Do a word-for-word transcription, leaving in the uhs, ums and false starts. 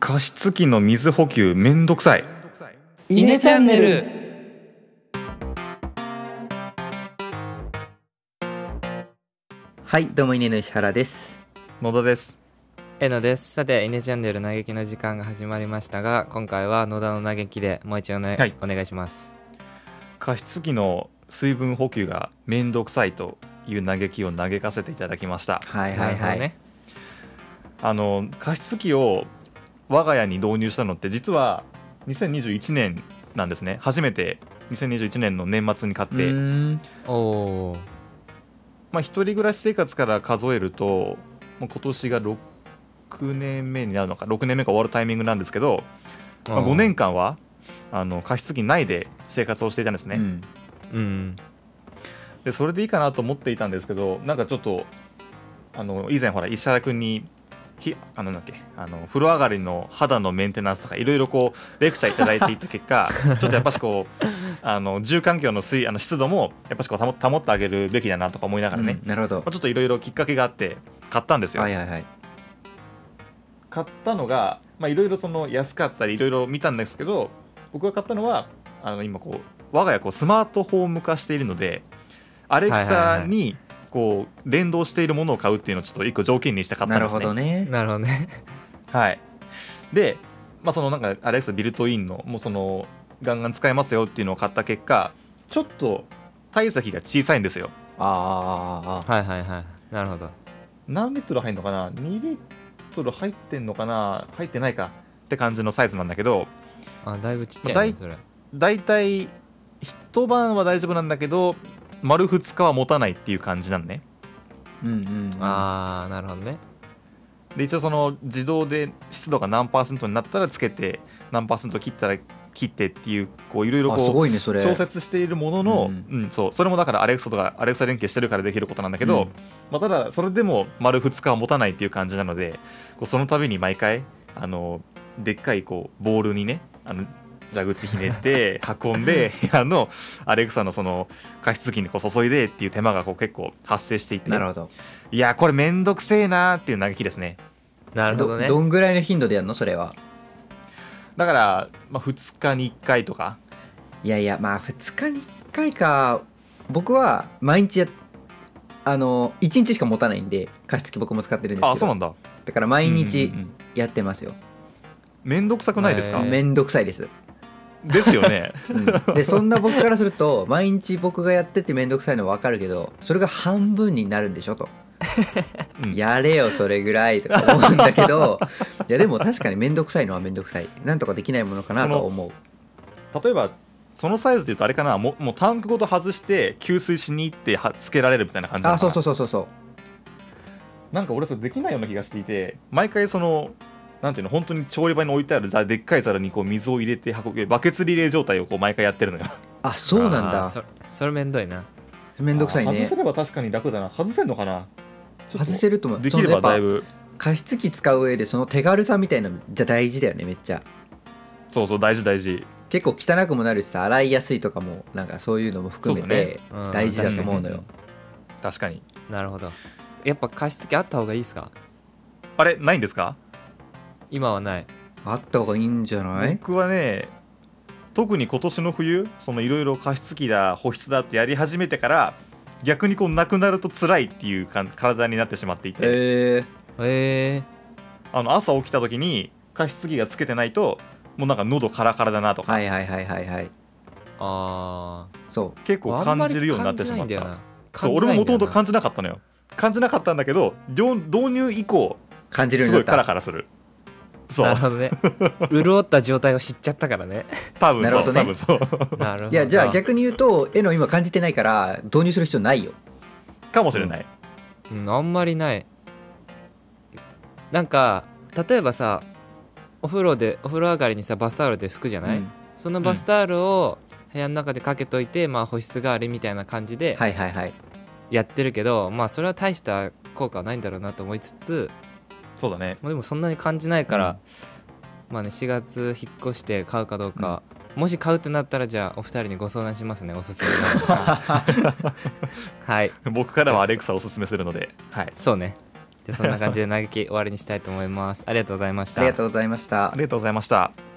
加湿器の水補給めんどくさい。 イネチャンネル。 はい、どうもイネの石原です。 野田です。 えのです。さてイネチャンネル嘆きの時間が始まりましたが、今回は野田の嘆きでもう一度、ね、はい、お願いします。 加湿器の水分補給がめんどくさいという嘆きを嘆かせていただきました。 はいはいはい、ね、 あの加湿器を我が家に導入したのって実はにせんにじゅういちねんなんですね。初めてにせんにじゅういちねんの年末に買って、うーん、おまあ、一人暮らし生活から数えるともう今年がろくねんめになるのかろくねんめが終わるタイミングなんですけど、まあ、ごねんかんはあの加湿器内で生活をしていたんですね、うんうん、でそれでいいかなと思っていたんですけど、なんかちょっとあの以前ほら石原君にひあのなんだっけあの風呂上がりの肌のメンテナンスとかいろいろこうレクチャーいただいていた結果ちょっとやっぱしこうあの住環境の水あの湿度もやっぱしこう保保ってあげるべきだなとか思いながらね、うん、なるほど、まあ、ちょっといろいろきっかけがあって買ったんですよ。はいはいはい、買ったのがいろいろその安かったりいろいろ見たんですけど、僕が買ったのはあの今こう我が家こうスマートホーム化しているのでアレクサにこう連動しているものを買うっていうのをちょっと一個条件にして買ったんですね。なるほどね。 なるほどね。 はい。で、まあ、そのなんかアレクサビルトインのもうそのガンガン使えますよっていうのを買った結果、ちょっと体積が小さいんですよ。 ああ、はいはいはい。なるほど。 何リットル入るのかな？にリットル入ってんのかな？入ってないかって感じのサイズなんだけど、 あ、だいぶちっちゃいねそれ。 だいたい一晩は大丈夫なんだけど丸ふつかは持たないっていう感じなのね。 うんうん、うん、ああ、なるほどね。 で一応その自動で湿度が何パーセントになったらつけて何パーセント切ったら切ってっていうこういろいろこう調節しているものの、うんうん、そうそれもだからアレクサとかアレクサ連携してるからできることなんだけど、うん、まあ、ただそれでも丸ふつかは持たないっていう感じなので、こうその度に毎回あのでっかいこうボールにねあの蛇口ひねって運んで部屋のアレクサのその加湿器にこう注いでっていう手間がこう結構発生していて、なるほど、いやこれめんどくせえなーっていう嘆きですね。 なるほどね。 ど, どんぐらいの頻度でやるのそれは。 だから、まあ、ふつかにいっかいとか。 いやいやまあふつかにいっかいか。僕は毎日やあのいちにちしか持たないんで加湿器僕も使ってるんですけど。 あ、そうなんだ。 だから毎日やってますよ、うんうんうん、めんどくさくないですか？ めんどくさいですですよね、 うん、でそんな僕からすると毎日僕がやっててめんどくさいのは分かるけど、それが半分になるんでしょとうん、やれよそれぐらいとか思うんだけどいやでも確かにめんどくさいのはめんどくさい。なんとかできないものかなと思う。例えばそのサイズでいうとあれかな、も, もうタンクごと外して給水しに行ってはつけられるみたいな感じなのかな。 あ、そうそうそうそうそう。 なんか俺それできないような気がしていて、毎回そのなんていうの本当に調理場に置いてあるでっかい皿にこう水を入れて運ぶバケツリレー状態をこう毎回やってるのよ。 あ、そうなんだ。 そ, それめんどいな。 めんどくさいね。 外せれば確かに楽だな。外せるのかな。 外せると思う。 できればだいぶ加湿器使う上でその手軽さみたいなのじゃ大事だよね。めっちゃそうそう大事大事。 結構汚くもなるしさ、洗いやすいとかもなんかそういうのも含めて大事だと思うのよ。 確かに。 なるほど。やっぱ加湿器あった方がいいですか？ あれないんですか？ 今はない。 あった方がいいんじゃない？ 僕はね特に今年の冬そのいろいろ加湿器だ保湿だってやり始めてから逆にこうなくなると辛いっていうか体になってしまっていて、 えーえー、あの朝起きた時に加湿器がつけてないともうなんか喉カラカラだなとか、 はいはいはいはいはい、 あそう結構感じるようになってしまった。そう、 俺ももともと感じなかったのよ。感じなかったんだけど導入以降感じるようになった。 すごいカラカラする。そうなるほどね。潤った状態を知っちゃったからね。 多分そう、 ね、 多分そうなるほど。 いやじゃあ逆に言うと絵の今感じてないから導入する必要ないよ。 かもしれない、 うん、あんまりない。なんか例えばさお風呂でお風呂上がりにさバスタオルで拭くじゃない、うん、そのバスタオルを部屋の中でかけといて、うん、まあ保湿代わりみたいな感じでやってるけど、はいはいはい、まあそれは大した効果はないんだろうなと思いつつ、 そうだね。 でもそんなに感じないから、うん、まあねしがつ引っ越して買うかどうか、うん、もし買うってなったらじゃあお二人にご相談しますね。おすすめのはい。 僕からはアレクサおすすめするので、はい。 そうね。 じゃあそんな感じで嘆き終わりにしたいと思います。ありがとうございました。 ありがとうございました。 ありがとうございました。